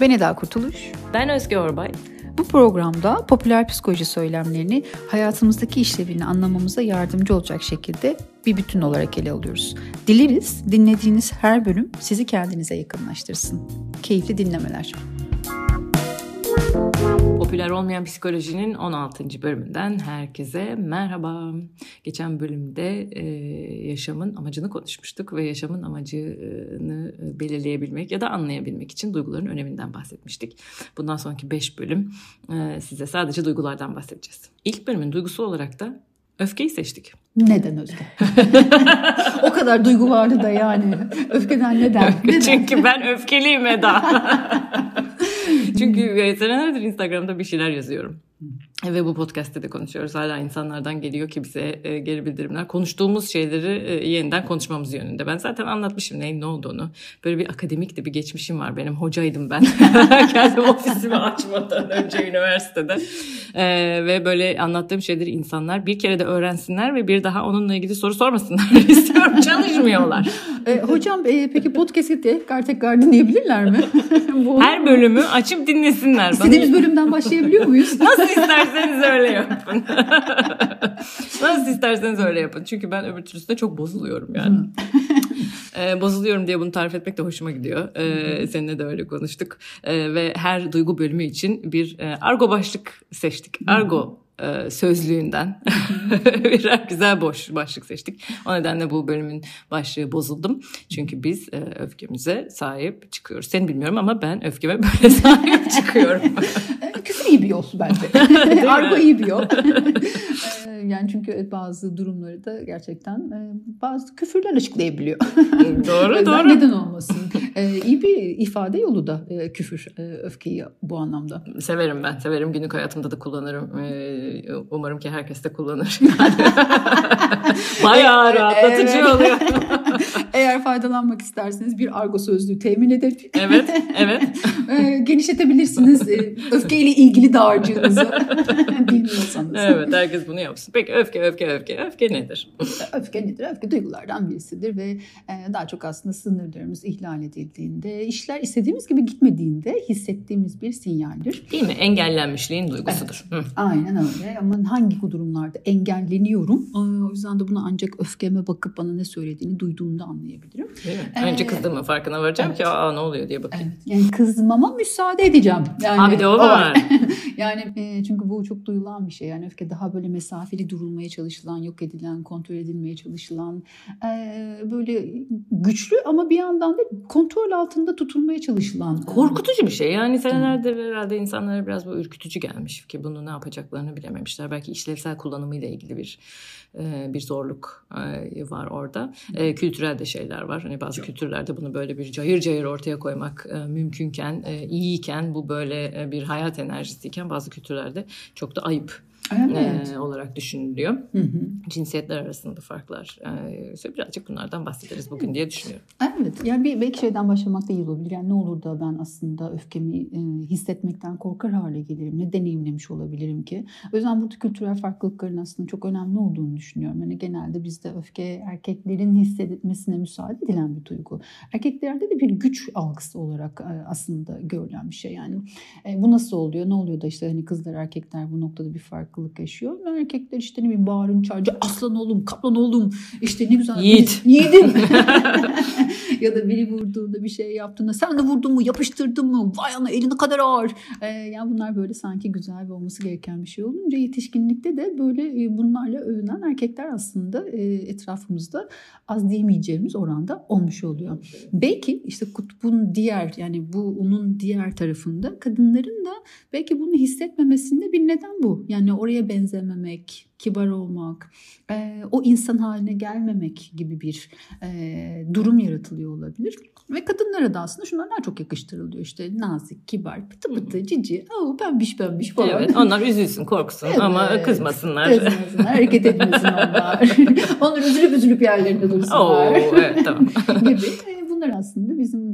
Ben Eda Kurtuluş. Ben Özge Orbay. Bu programda popüler psikoloji söylemlerini hayatımızdaki işlevini anlamamıza yardımcı olacak şekilde bir bütün olarak ele alıyoruz. Dileriz dinlediğiniz her bölüm sizi kendinize yakınlaştırsın. Keyifli dinlemeler. Popüler olmayan psikolojinin 16. bölümünden herkese merhaba. Geçen bölümde yaşamın amacını konuşmuştuk ve yaşamın amacını belirleyebilmek ya da anlayabilmek için duyguların öneminden bahsetmiştik. Bundan sonraki 5 bölüm size sadece duygulardan bahsedeceğiz. İlk bölümün duygusu olarak da öfkeyi seçtik. Neden Özge? O kadar duygu vardı da yani. Öfkeden neden? Çünkü ben öfkeliyim Eda. Çünkü senelerdir Instagram'da bir şeyler yazıyorum. Ve bu podcast'te de konuşuyoruz. Hala insanlardan geliyor ki bize geri bildirimler. Konuştuğumuz şeyleri yeniden konuşmamız yönünde. Ben zaten anlatmışım neyin ne olduğunu. Böyle bir akademik de bir geçmişim var. Benim hocaydım ben. Kendim ofisimi açmadan önce üniversitede. Ve böyle anlattığım şeyleri insanlar bir kere de öğrensinler ve bir daha onunla ilgili soru sormasınlar istiyorum. Çalışmıyorlar. Hocam peki podcast'i tekrar dinleyebilirler mi? Her bölümü açıp dinlesinler. İstediğimiz bölümden başlayabiliyor muyuz? Nasıl isterseniz öyle yapın. Nasıl isterseniz öyle yapın. Çünkü ben öbür türlüsünde çok bozuluyorum yani. Bozuluyorum diye bunu tarif etmek de hoşuma gidiyor. Seninle de öyle konuştuk. Ve her duygu bölümü için bir argo başlık seçtik. Argo sözlüğünden birer güzel boş başlık seçtik. O nedenle bu bölümün başlığı bozuldum. Çünkü biz öfkemize sahip çıkıyoruz. Seni bilmiyorum ama ben öfkeme böyle sahip çıkıyorum. Küfür iyi bir yol bence. Argo iyi bir yol. Yani çünkü bazı durumları da gerçekten bazı küfürler açıklayabiliyor. Doğru. Neden olmasın? İyi bir ifade yolu da küfür, öfkeyi bu anlamda. Severim ben. Severim. Günlük hayatımda da kullanırım. Umarım ki herkes de kullanır. Bayağı rahatlatıcı oluyor. Eğer faydalanmak isterseniz bir argo sözlüğü temin edelim. Evet. Genişletebilirsiniz öfkeyle ilgili dağarcığınızı bilmiyorsanız. Evet, herkes bunu yapsın. Peki öfke nedir? Öfke nedir? Öfke duygulardan birisidir ve daha çok aslında sınırlarımız ihlal edildiğinde, işler istediğimiz gibi gitmediğinde hissettiğimiz bir sinyaldir. Değil mi? Engellenmişliğin duygusudur. Evet. Aynen öyle. Ama hangi durumlarda engelleniyorum? O yüzden de bunu ancak öfkeme bakıp bana ne söylediğini duyduğumda anlayabilirim. Değil mi? Önce kızdığımın farkına varacağım ki ne oluyor diye bakayım. Evet. Yani kızmama müsaade edeceğim. Yani, abi de o var. Yani çünkü bu çok duyulan bir şey. Yani öfke daha böyle mesafeli durulmaya çalışılan, yok edilen, kontrol edilmeye çalışılan, böyle güçlü ama bir yandan da kontrol altında tutulmaya çalışılan. Korkutucu bir şey. Yani senelerdir herhalde insanlara biraz bu ürkütücü gelmiş ki bunu ne yapacaklarını bilememişler. Belki işlevsel kullanımıyla ilgili bir zorluk var orada. Kültürel de şeyler var. Hani bazı kültürlerde bunu böyle bir cayır cayır ortaya koymak mümkünken, iyiyken, bu böyle bir hayat enerjisiyken bazı kültürlerde çok da ayıp. Evet. Olarak düşünülüyor. Hı. Cinsiyetler arasında farklar. Birazcık bunlardan bahsederiz bugün diye düşünüyorum. Evet. Yani belki şeyden başlamak da iyi olabilir. Yani ne olur da ben aslında öfkemi hissetmekten korkar hale gelirim. Ne deneyimlemiş olabilirim ki? O yüzden bu kültürel farklılıkların aslında çok önemli olduğunu düşünüyorum. Yani genelde bizde öfke erkeklerin hissetmesine müsaade edilen bir duygu. Erkeklerde de bir güç algısı olarak aslında görülen bir şey. Yani bu nasıl oluyor? Ne oluyor da işte hani kızlar erkekler bu noktada bir farklılık yaşıyor. Erkekler işte ne bileyim bağırın çağırıcı, aslan oğlum, kaplan oğlum, işte ne güzel yiğidim. Ya da biri vurduğunda, bir şey yaptığında sen de vurdun mu, yapıştırdın mı, vay ana elini kadar ağır. Yani bunlar böyle sanki güzel ve olması gereken bir şey olunca yetişkinlikte de böyle bunlarla övünen erkekler aslında etrafımızda az diyemeyeceğimiz oranda olmuş oluyor. Belki işte kutbun diğer, yani bu onun diğer tarafında kadınların da belki bunu hissetmemesinde bir neden bu. Yani oraya benzememek, kibar olmak, o insan haline gelmemek gibi bir durum yaratılıyor olabilir. Ve kadınlara da aslında şunlar daha çok yakıştırılıyor. İşte nazik, kibar, pıtı pıtı, cici, pembiş falan. Evet, onlar üzülsün, korksun ama kızmasınlar. Hareket etmesin onlar. Onlar üzülüp yerlerinde dursunlar. Evet, tamam. Gibi. Bunlar aslında bizim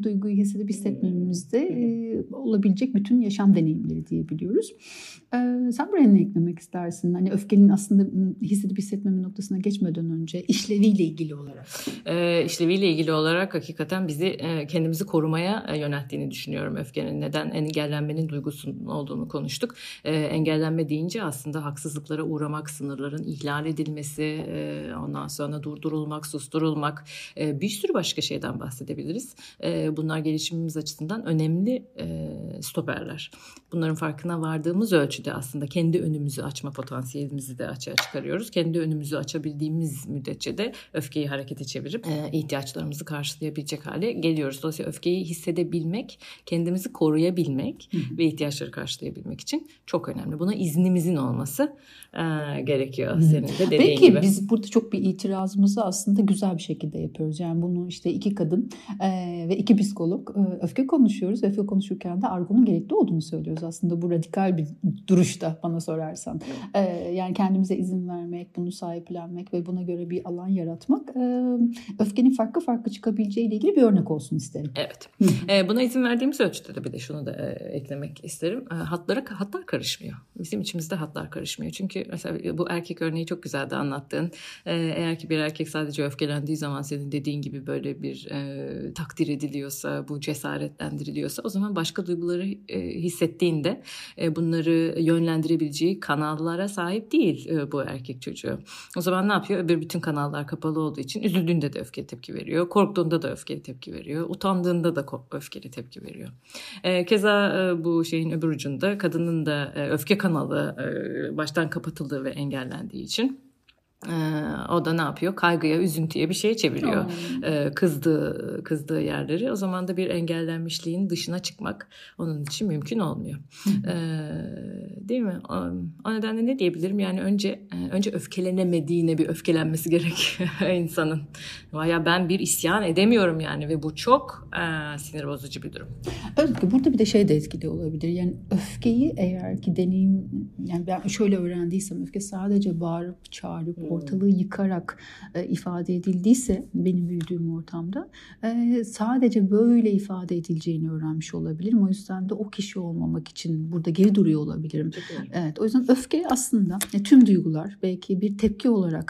duyguyu hissedip hissetmememizde olabilecek bütün yaşam deneyimleri diyebiliyoruz. Sen buraya ne eklemek istersin? Hani öfkenin aslında hissedip hissetmeme noktasına geçmeden önce işleviyle ilgili olarak. İşleviyle ilgili olarak hakikaten bizi kendimizi korumaya yönelttiğini düşünüyorum öfkenin. Neden? Engellenmenin duygusunun olduğunu konuştuk. Engellenme deyince aslında haksızlıklara uğramak, sınırların ihlal edilmesi, ondan sonra durdurulmak, susturulmak, bir sürü başka şeyden bahsedebiliriz. Bunlar gelişimimiz açısından önemli stoperler. Bunların farkına vardığımız ölçüde aslında kendi önümüzü açma potansiyelimizi de açığa çıkarıyoruz. Kendi önümüzü açabildiğimiz müddetçe de öfkeyi harekete çevirip ihtiyaçlarımızı karşılayabilecek hale geliyoruz. Dolayısıyla öfkeyi hissedebilmek, kendimizi koruyabilmek ve ihtiyaçları karşılayabilmek için çok önemli. Buna iznimizin olması gerekiyor senin de dediğin Peki, gibi. Peki biz burada çok bir itirazımızı aslında güzel bir şekilde yapıyoruz. Yani bunu işte 2 kadın ve 2 psikolog öfke konuşuyoruz. Öfke konuşurken de argonun gerekli olduğunu söylüyoruz. Aslında bu radikal bir duruşta bana sorarsan. Yani kendimize izin vermek, bunu sahiplenmek ve buna göre bir alan yaratmak öfkenin farklı farklı çıkabileceği ile ilgili bir örnek olsun isterim. Evet. Buna izin verdiğimiz ölçüde de bir de şunu da eklemek isterim. Hatlar karışmıyor. Bizim içimizde hatlar karışmıyor. Çünkü mesela bu erkek örneği çok güzeldi anlattığın. Eğer ki bir erkek sadece öfkelendiği zaman senin dediğin gibi böyle bir takdir ediliyorsa, bu cesaretlendiriliyorsa, o zaman başka duyguları hissettiğinde bunları yönlendirebileceği kanallara sahip değil bu erkek çocuğu. O zaman ne yapıyor? Öbür bütün kanallar kapalı olduğu için üzüldüğünde de öfkeli tepki veriyor. Korktuğunda da öfkeli tepki veriyor. Utandığında da öfkeli tepki veriyor. Keza bu şeyin öbür ucunda kadının da öfke kanalı baştan kapatıldığı ve engellendiği için o da ne yapıyor? Kaygıya, üzüntüye bir şey çeviriyor. Kızdığı yerleri. O zaman da bir engellenmişliğin dışına çıkmak onun için mümkün olmuyor. Değil mi? O nedenle ne diyebilirim? Yani önce öfkelenemediğine bir öfkelenmesi gerek insanın. Ya ben bir isyan edemiyorum yani ve bu çok sinir bozucu bir durum. Özgür, burada bir de şey de etkili olabilir. Yani öfkeyi eğer ki yani ben şöyle öğrendiysem, öfke sadece bağırıp çağırıp ortalığı yıkarak ifade edildiyse benim büyüdüğüm ortamda sadece böyle ifade edileceğini öğrenmiş olabilirim. O yüzden de o kişi olmamak için burada geri duruyor olabilirim. Evet, o yüzden öfke aslında tüm duygular belki bir tepki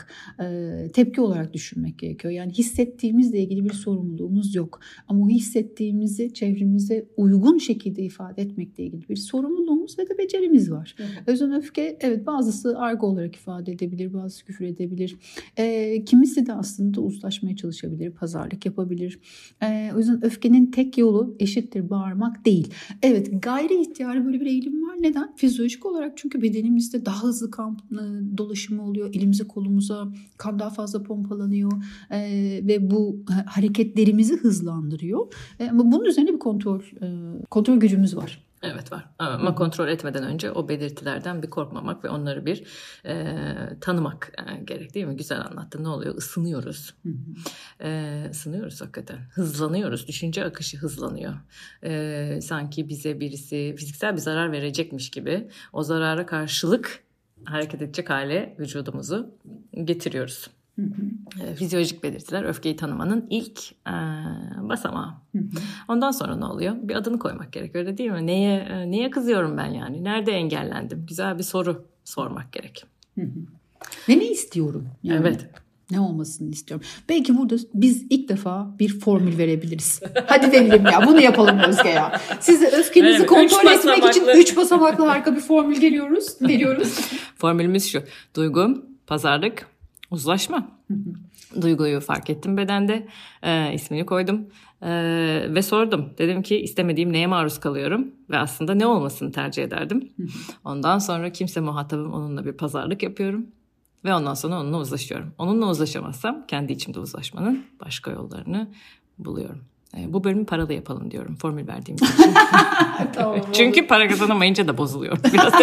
olarak düşünmek gerekiyor. Yani hissettiğimizle ilgili bir sorumluluğumuz yok. Ama o hissettiğimizi çevremize uygun şekilde ifade etmekle ilgili bir sorumluluğumuz ve de becerimiz var. O yüzden öfke, evet, bazısı argo olarak ifade edebilir, bazısı küfür edebilir. Kimisi de aslında uzlaşmaya çalışabilir, pazarlık yapabilir. O yüzden öfkenin tek yolu eşittir bağırmak değil. Evet, gayri ihtiyari böyle bir eğilim var. Neden? Fizyolojik olarak, çünkü bedenimizde daha hızlı kan dolaşımı oluyor. Elimize kolumuza kan daha fazla pompalanıyor ve bu hareketlerimizi hızlandırıyor. Ama bunun üzerine bir kontrol gücümüz var. Evet, var. Ama kontrol etmeden önce o belirtilerden bir korkmamak ve onları bir tanımak gerek, değil mi? Güzel anlattın. Ne oluyor? Isınıyoruz. Isınıyoruz hakikaten. Hızlanıyoruz. Düşünce akışı hızlanıyor. Sanki bize birisi fiziksel bir zarar verecekmiş gibi o zarara karşılık hareket edecek hale vücudumuzu getiriyoruz. Fizyolojik belirtiler öfkeyi tanımanın ilk basamağı. Ondan sonra ne oluyor? Bir adını koymak gerekiyor, öyle değil mi? Neye kızıyorum ben yani? Nerede engellendim? Güzel bir soru sormak gerek. Ve ne istiyorum? Yani evet. Ne olmasını istiyorum? Belki burada biz ilk defa bir formül verebiliriz. Hadi verelim ya. Bunu yapalım Özge ya. Size öfkenizi kontrol etmek için 3 basamaklı harika bir formül veriyoruz. Formülümüz şu: duygu, pazarlık, uzlaşma. Duyguyu fark ettim bedende, ismini koydum ve sordum. Dedim ki istemediğim neye maruz kalıyorum ve aslında ne olmasını tercih ederdim. Ondan sonra kimse muhatabım, onunla bir pazarlık yapıyorum ve ondan sonra onunla uzlaşıyorum. Onunla uzlaşamazsam kendi içimde uzlaşmanın başka yollarını buluyorum. Bu bölümü paralı yapalım diyorum formül verdiğimiz için. Tamam, çünkü para kazanamayınca da bozuluyor biraz.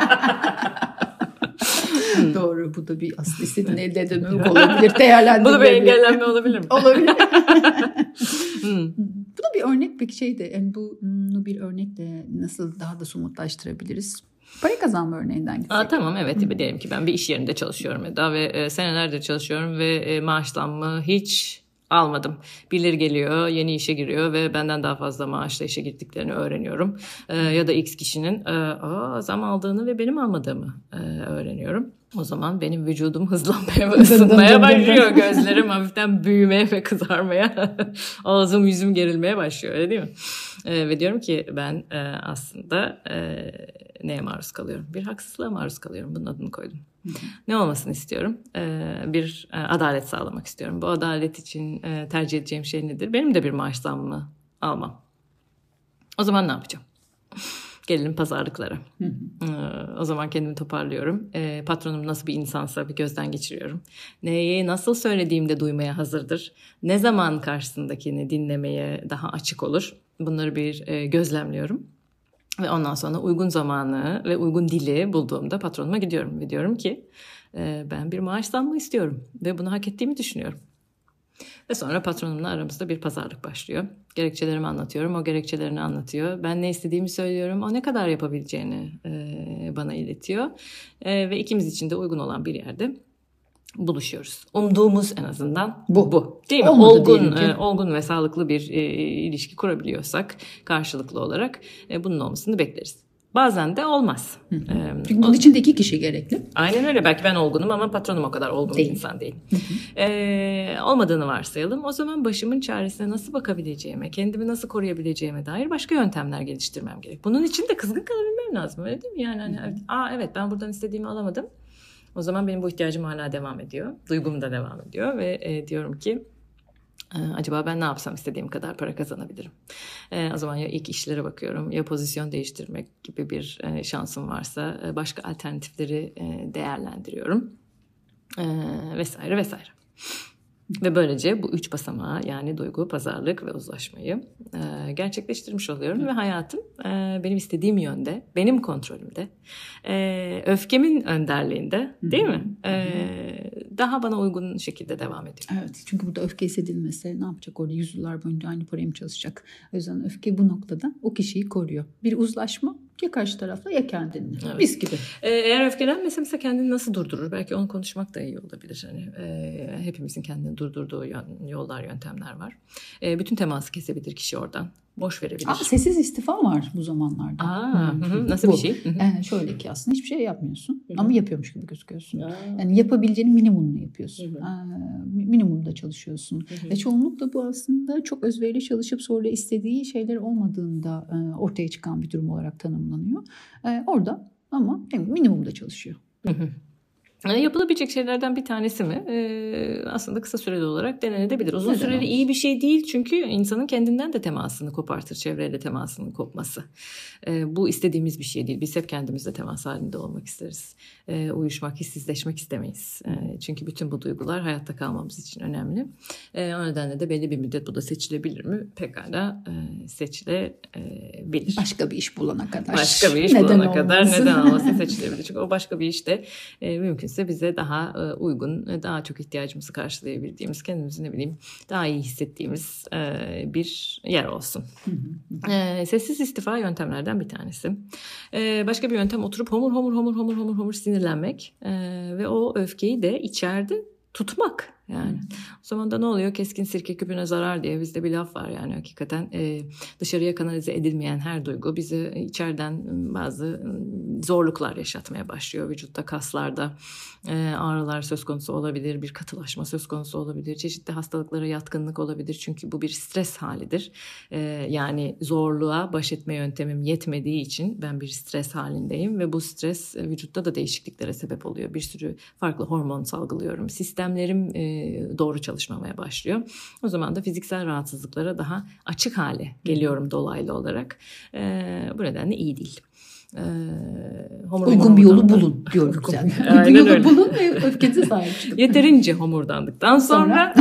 Doğru. Bu da bir aslında istediğin elde edememek olabilir. Değerlendirme. Bu da bir engellenme olabilir mi? Olabilir. Bu da bir örnek, peki şey de, yani bunu bir örnekle nasıl daha da somutlaştırabiliriz? Para kazanma örneğinden gitsek. Tamam, evet. Diyelim ki ben bir iş yerinde çalışıyorum Eda ve senelerdir çalışıyorum ve maaş zammı hiç Almadım. Birileri geliyor, yeni işe giriyor ve benden daha fazla maaşla işe girdiklerini öğreniyorum. Ya da X kişinin zam aldığını ve benim almadığımı öğreniyorum. O zaman benim vücudum hızlanmaya ve ısınmaya başlıyor. Gözlerim hafiften büyümeye ve kızarmaya, ağzım yüzüm gerilmeye başlıyor, öyle değil mi? Ve diyorum ki ben aslında neye maruz kalıyorum? Bir haksızlığa maruz kalıyorum. Bunun adını koydum. Ne olmasını istiyorum? Bir adalet sağlamak istiyorum. Bu adalet için tercih edeceğim şey nedir? Benim de bir maaş zammı almam. O zaman ne yapacağım? Gelelim pazarlıklara. O zaman kendimi toparlıyorum. Patronum nasıl bir insansa bir gözden geçiriyorum. Neyi nasıl söylediğimde duymaya hazırdır. Ne zaman karşısındakini dinlemeye daha açık olur. Bunları bir gözlemliyorum. Ve ondan sonra uygun zamanı ve uygun dili bulduğumda patronuma gidiyorum. Ve diyorum ki ben bir maaş zammı istiyorum. Ve bunu hak ettiğimi düşünüyorum. Ve sonra patronumla aramızda bir pazarlık başlıyor. Gerekçelerimi anlatıyorum, o gerekçelerini anlatıyor. Ben ne istediğimi söylüyorum, o ne kadar yapabileceğini bana iletiyor. Ve ikimiz için de uygun olan bir yerde buluşuyoruz. Umduğumuz en azından bu. Değil mi? Olgun ve sağlıklı bir ilişki kurabiliyorsak karşılıklı olarak bunun olmasını bekleriz. Bazen de olmaz. Çünkü bunun için de 2 kişi gerekli. Aynen öyle. Belki ben olgunum ama patronum o kadar olgun bir insan değil. Olmadığını varsayalım. O zaman başımın çaresine nasıl bakabileceğime, kendimi nasıl koruyabileceğime dair başka yöntemler geliştirmem gerek. Bunun için de kızgın kalabilmem lazım. Öyle değil mi? Yani evet ben buradan istediğimi alamadım. O zaman benim bu ihtiyacım hala devam ediyor. Duygum da devam ediyor ve diyorum ki acaba ben ne yapsam istediğim kadar para kazanabilirim. O zaman ya ilk işlere bakıyorum ya pozisyon değiştirmek gibi bir şansım varsa başka alternatifleri değerlendiriyorum vesaire vesaire. Ve böylece bu 3 basamağı yani duygu, pazarlık ve uzlaşmayı gerçekleştirmiş oluyorum. Ve hayatım benim istediğim yönde, benim kontrolümde, öfkemin önderliğinde değil mi? Daha bana uygun şekilde devam ediyor. Evet, çünkü burada öfke hissedilmesi ne yapacak orada? Yüzyıllar boyunca aynı paraya mı çalışacak? O yüzden öfke bu noktada o kişiyi koruyor. Bir uzlaşma ya karşı tarafla ya kendini. Evet. Biz gibi. Eğer öfkelenmese mesela kendini nasıl durdurur? Belki onu konuşmak da iyi olabilir. Hani hepimizin kendini durdurduğu yollar, yöntemler var. Bütün teması kesebilir kişi oradan. Boş verebilir. Sessiz istifa var bu zamanlarda. Nasıl bir şey? Şöyle ki aslında hiçbir şey yapmıyorsun ama yapıyormuş gibi gözüküyorsun. Yani yapabileceğinin minimumunu yapıyorsun. Minimumda çalışıyorsun. Ve çoğunlukla bu aslında çok özverili çalışıp sonra istediği şeyler olmadığında ortaya çıkan bir durum olarak tanımlanıyor. Orada ama minimumda çalışıyor. Yapılabilecek şeylerden bir tanesi mi? Aslında kısa süreli olarak denenebilir. Uzun süreli iyi bir şey değil çünkü insanın kendinden de temasını kopartır. Çevreyle temasının kopması. Bu istediğimiz bir şey değil. Biz hep kendimizle temas halinde olmak isteriz. Uyuşmak, hissizleşmek istemeyiz. Çünkü bütün bu duygular hayatta kalmamız için önemli. O nedenle de belli bir müddet bu da seçilebilir mi? Pekala seçilebilir. Başka bir iş bulana kadar. Başka bir iş bulana kadar neden olmasın seçilebilir. Çünkü o başka bir işte mümkünse bize daha uygun, daha çok ihtiyacımızı karşılayabildiğimiz, kendimizi daha iyi hissettiğimiz bir yer olsun. Sessiz istifa yöntemlerden bir tanesi. Başka bir yöntem oturup homur sinirlenmek ve o öfkeyi de içeride tutmak. Yani o zaman da ne oluyor? Keskin sirke küpüne zarar diye bizde bir laf var yani hakikaten dışarıya kanalize edilmeyen her duygu bize içeriden bazı zorluklar yaşatmaya başlıyor. Vücutta, kaslarda ağrılar söz konusu olabilir, bir katılaşma söz konusu olabilir, çeşitli hastalıklara yatkınlık olabilir çünkü bu bir stres halidir. Yani zorluğa baş etme yöntemim yetmediği için ben bir stres halindeyim ve bu stres vücutta da değişikliklere sebep oluyor. Bir sürü farklı hormon salgılıyorum. Sistemlerim doğru çalışmamaya başlıyor. O zaman da fiziksel rahatsızlıklara daha açık hale geliyorum dolaylı olarak. Bu nedenle iyi değil. Uygun bir yolu bulun diyorum sen. Uygun yolu bulun ve öfkenize sahip çıkın. Yeterince homurdandıktan sonra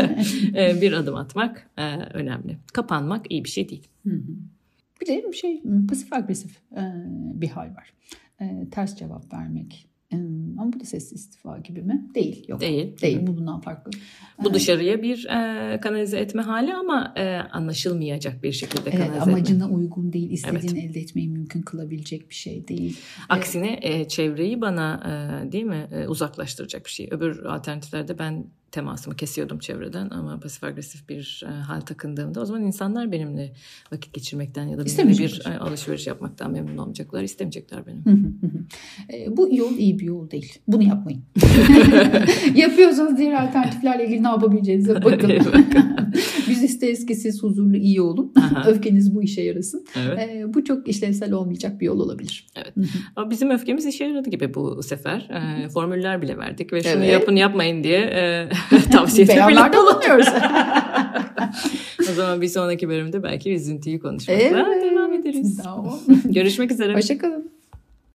bir adım atmak önemli. Kapanmak iyi bir şey değil. Bir de pasif agresif bir hal var. Ters cevap vermek. Ama bu da sessiz istifa gibi mi? Değil. Yok. Değil. Bu bundan farklı. Bu dışarıya bir kanalize etme hali ama anlaşılmayacak bir şekilde kanalize etme. Amacına uygun değil. İstediğini elde etmeyi mümkün kılabilecek bir şey değil. Aksine çevreyi bana değil mi uzaklaştıracak bir şey. Öbür alternatiflerde ben temasımı kesiyordum çevreden ama pasif agresif bir hal takındığımda o zaman insanlar benimle vakit geçirmekten ya da benimle bir alışveriş yapmaktan memnun olmayacaklar, istemeyecekler benim. Bu yol iyi bir yol değil. Bunu yapmayın. Yapıyorsanız diğer alternatiflerle ilgili ne yapabileceğinize bakın. Biz isteriz ki siz huzurlu, iyi olun. Öfkeniz bu işe yarasın. Evet. Bu çok işlevsel olmayacak bir yol olabilir. Evet. Ama bizim öfkemiz işe yaradı gibi bu sefer. Formüller bile verdik ve şunu yapın yapmayın diye tavsiyede beyanlarda bulunuyoruz. O zaman bir sonraki bölümde belki üzüntüyü konuşmakla devam ederiz. Tamam. Görüşmek üzere. Hoşça kalın.